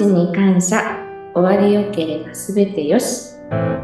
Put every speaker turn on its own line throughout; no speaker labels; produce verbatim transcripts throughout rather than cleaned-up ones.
ちに感謝、終わりよければすべてよし。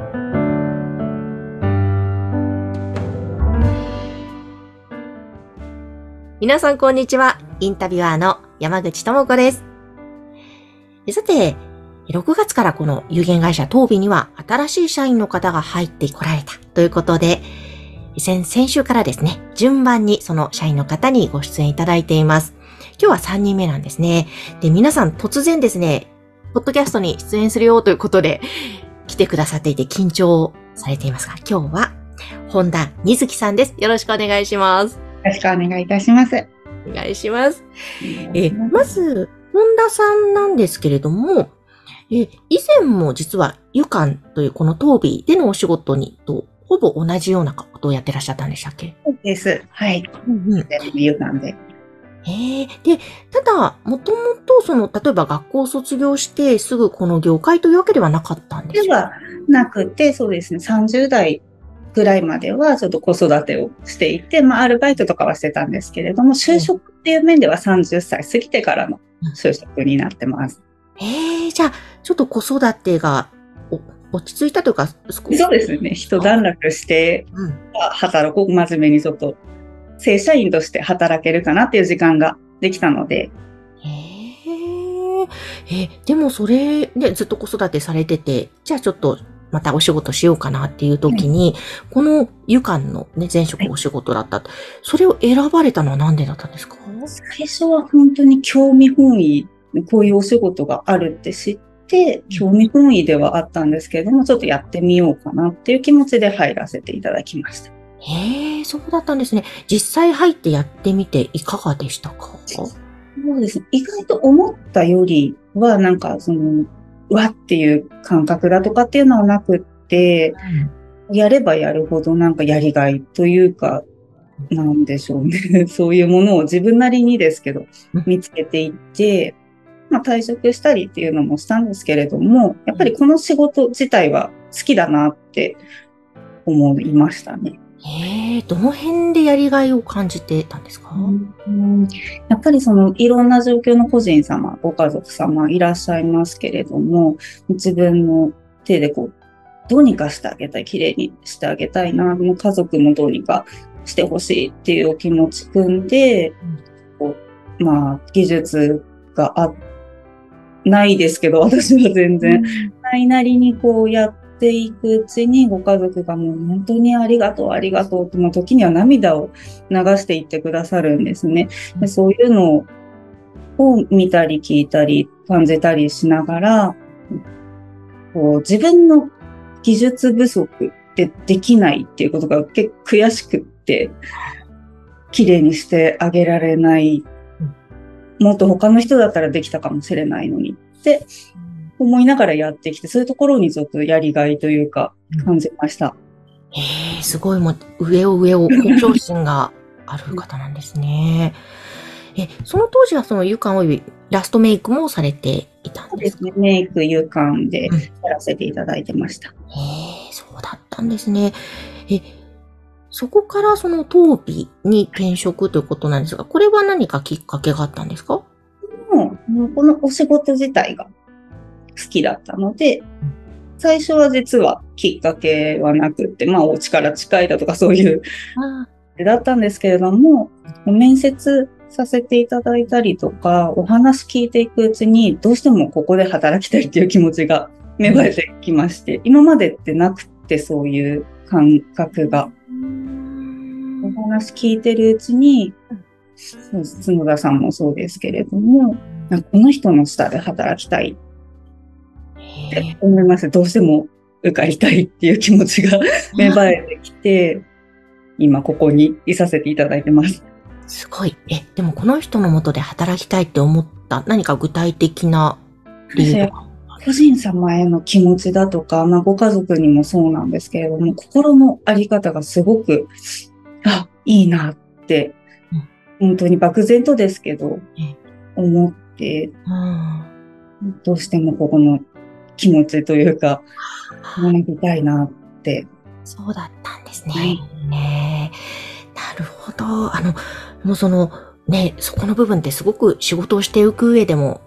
皆さんこんにちは。インタビュアーの山口智子です。さて、ろくがつからこの有限会社東美には新しい社員の方が入ってこられたということで、先, 先週からですね、順番にその社員の方にご出演いただいています。今日はさんにんめなんですね。で、皆さん突然ですね、ポッドキャストに出演するよということで来てくださっていて緊張されていますが、今日は本田瑞希さんです。よろしくお願いします。よ
ろしくお願いいたします。
お願いします。えまず、本田さんなんですけれども、え以前も実はゆかんというこの東美でのお仕事にとほぼ同じようなことをやってらっしゃったんでしたっけ？
そうです。はい。うんうん。ゆかんで。
ええで、ただ、もともと、その、例えば学校を卒業して、すぐこの業界というわけではなかったんですか？
ではなくて、そうですね、さんじゅう代ぐらいまでは、ちょっと子育てをしていて、まあ、アルバイトとかはしてたんですけれども、就職っていう面ではさんじゅっさい過ぎてからの就職になってます。
うん、ええじゃあ、ちょっと子育てが、落ち着いたというか、
そうですね、一段落して、うん、働こう、真面目にちょっと、正社員として働けるかなっていう時間ができたので。
へーえ、でもそれでずっと子育てされてて、じゃあちょっとまたお仕事しようかなっていう時に、はい、このゆかんのね、前職お仕事だった、はい、それを選ばれたのは何でだったんですか？
最初は本当に興味本位、こういうお仕事があるって知って、興味本位ではあったんですけれども、ちょっとやってみようかなっていう気持ちで入らせていただきました。
へえ、そうだったんですね。実際入ってやってみていかがでしたか？
そうですね。意外と思ったよりは、なんかその、うわっていう感覚だとかっていうのはなくって、うん、やればやるほどなんかやりがいというか、なんでしょうね。そういうものを自分なりにですけど、見つけていって、まあ退職したりっていうのもしたんですけれども、やっぱりこの仕事自体は好きだなって思いましたね。
ええ、どの辺でやりがいを感じてたんですか？
うん、やっぱりそのいろんな状況の個人様、ご家族様いらっしゃいますけれども、自分の手でこう、どうにかしてあげたい、綺麗にしてあげたいな、もう家族もどうにかしてほしいっていうお気持ち組んで、うん、こうまあ、技術があ、ないですけど、私は全然、ないなりにこうやって、ていくうちにご家族がもう本当にありがとうありがとうってもう時には涙を流していってくださるんですね。でそういうのを見たり聞いたり感じたりしながら、こう自分の技術不足でできないっていうことが結構悔しくって、綺麗にしてあげられない。もっと他の人だったらできたかもしれないのにって思いながらやってきて、そういうところにちょっとやりがいというか感じました。
へえ、すごいもう上を上を向上心がある方なんですね。え、その当時はそのゆかんおよびラストメイクもされていたんですか？
そうですね。メイクゆかんでやらせていただいてました。うん、
へえ、そうだったんですね。え、そこからその東美に転職ということなんですが、これは何かきっかけがあったんですか？
もうこのお仕事自体が好きだったので、最初は実はきっかけはなくって、まあお家から近いだとかそういうだったんですけれども、面接させていただいたりとか、お話聞いていくうちに、どうしてもここで働きたいっていう気持ちが芽生えてきまして、今までってなくってそういう感覚が。お話聞いてるうちに、角田さんもそうですけれども、この人の下で働きたいって思います。どうしても受かりたいっていう気持ちが芽生えてきて、今ここにいさせていただいてます。
すごい。え、でもこの人の下で働きたいって思った何か具体的な理由とか？
個人様への気持ちだとか、まあ、ご家族にもそうなんですけれども、心のあり方がすごく、あ、いいなって、うん、本当に漠然とですけど、うん、思って、うん、どうしてもここの気持ちというか、学びたいなって。
そうだったんですね。はい、ねなるほど。あの、もうその、ね、そこの部分ってすごく仕事をしていく上でも、また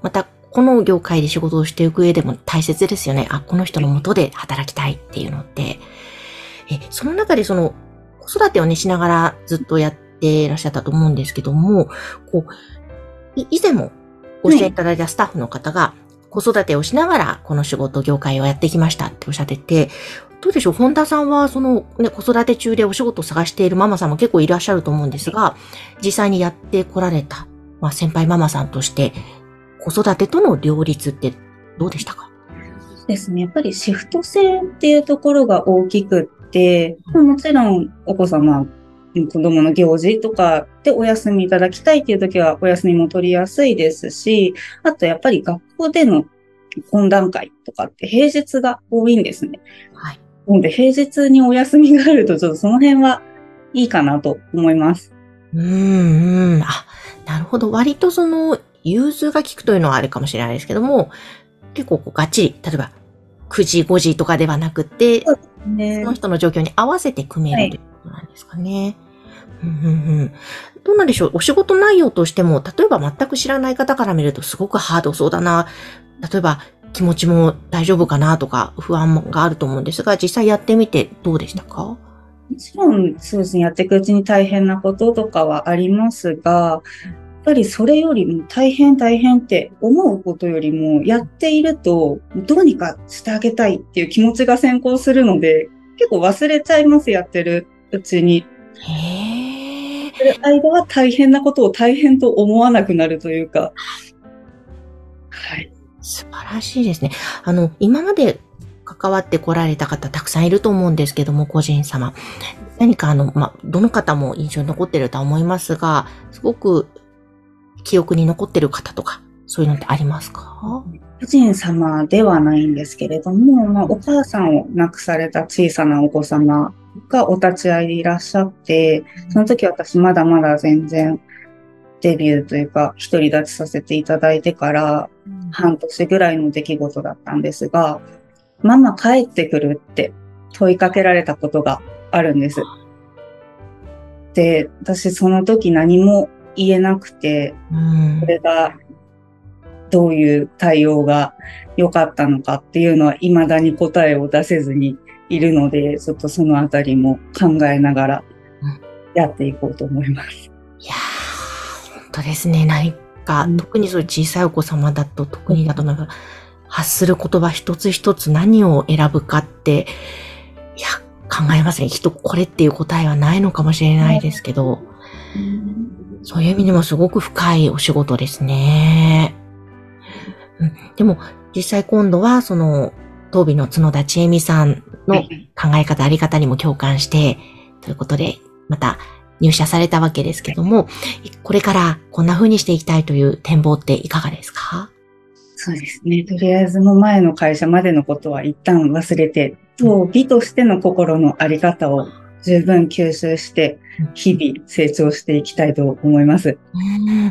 この業界で仕事をしていく上でも大切ですよね。あ、この人の元で働きたいっていうのって。え、その中でその、子育てをね、しながらずっとやっていらっしゃったと思うんですけども、こう、い以前もご出演いただいたスタッフの方が、子育てをしながらこの仕事業界をやってきましたっておっしゃってて、どうでしょう、本田さんはその、ね、子育て中でお仕事を探しているママさんも結構いらっしゃると思うんですが、実際にやってこられた、まあ、先輩ママさんとして、子育てとの両立ってどうでしたか？
ですね。やっぱりシフト制っていうところが大きくって、もちろんお子様、子供の行事とかでお休みいただきたいっていう時はお休みも取りやすいですし、あとやっぱり学校での懇談会とかって平日が多いんですね。
はい。
なので平日にお休みがあるとちょっとその辺はいいかなと思います。
うーん、うん。あ、なるほど。割とその、融通が利くというのはあるかもしれないですけども、結構こうがっちり、例えばくじ、ごじとかではなくて、
そうですね。
その人の状況に合わせて組める、はい、ということなんですかね。うんうんうん、どうなんでしょう、お仕事内容としても、例えば全く知らない方から見るとすごくハードそうだな、例えば気持ちも大丈夫かなとか不安があると思うんですが、実際やってみてどうでしたか？
もちろんそうですね、やっていくうちに大変なこととかはありますが、やっぱりそれよりも大変大変って思うことよりも、やっているとどうにかしてあげたいっていう気持ちが先行するので、結構忘れちゃいます、やってるうちに。
へー。
やってる間は大変なことを大変と思わなくなるというか。はい。
素晴らしいですね。あの、今まで関わってこられた方たくさんいると思うんですけども、個人様。何かあの、まあ、どの方も印象に残ってるとは思いますが、すごく記憶に残ってる方とか、そういうのってありますか？
個人様ではないんですけれども、まあ、お母さんを亡くされた小さなお子様がお立ち会いでいらっしゃって、その時私まだまだ全然デビューというか、独り立ちさせていただいてから半年ぐらいの出来事だったんですが、ママ帰ってくるって問いかけられたことがあるんです。で、私その時何も言えなくて、それがどういう対応が良かったのかっていうのは未だに答えを出せずにいるので、ちょっとそのあたりも考えながらやっていこうと思います。
いやー、本当ですね。何か、うん、特にそういう小さいお子様だと特にだと思います。発する言葉一つ一つ何を選ぶかって、いや、考えますね。きっとこれっていう答えはないのかもしれないですけど、うん、そういう意味でもすごく深いお仕事ですね。うん、でも、実際今度は、その、当美の角田千恵美さんの考え方、あり方にも共感して、ということで、また入社されたわけですけども、これからこんな風にしていきたいという展望っていかがですか？
そうですね。とりあえずもう前の会社までのことは一旦忘れて、当美としての心のあり方を十分吸収して、日々成長していきたいと思います。
うん、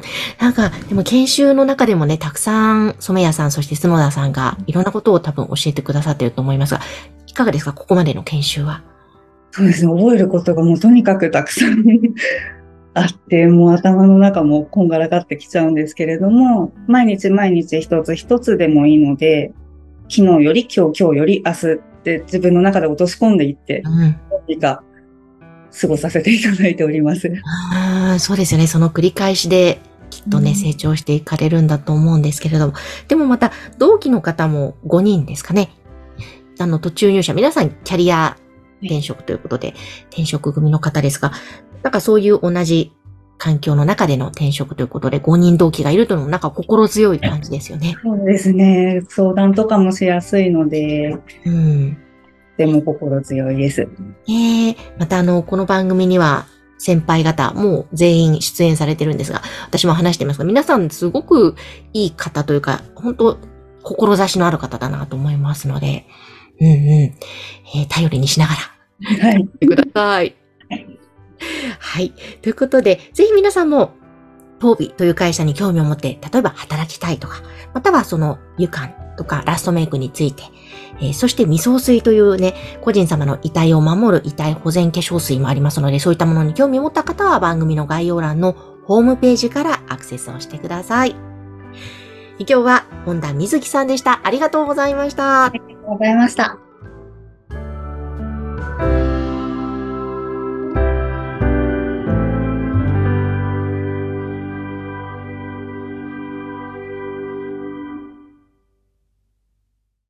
なんか、でも研修の中でもね、たくさん染谷さん、そして角田さんがいろんなことを多分教えてくださっていると思いますが、いかがですか、ここまでの研修は？
そうですね。覚えることがもうとにかくたくさんあって、もう頭の中もこんがらがってきちゃうんですけれども、毎日毎日一つ一つでもいいので、昨日より今日、今日より明日って自分の中で落とし込んでいって、うん、何か過ごさせていただいております。
ああ、そうですよね。その繰り返しできっとね、うん、成長していかれるんだと思うんですけれども、でもまた同期の方もごにんですかね。あの途中入社、皆さんキャリア転職ということで、転職組の方ですが、なんかそういう同じ環境の中での転職ということで、ごにん同期がいるというのもなんか心強い感じですよね。
そうですね。相談とかもしやすいので、うん、でも心強いです。
えー、またあの、この番組には先輩方、もう全員出演されてるんですが、私も話してますが、皆さんすごくいい方というか、本当志のある方だなと思いますので、うんうん、えー、頼りにしながら、はい、やってください。はい。ということで、ぜひ皆さんも、当美という会社に興味を持って、例えば働きたいとか、またはその、湯管とかラストメイクについて、えー、そして未送水というね、個人様の遺体を守る遺体保全化粧水もありますので、そういったものに興味を持った方は番組の概要欄のホームページからアクセスをしてください。 今日は本田瑞希さんでした。ありがとうございました。
ありがとうございました。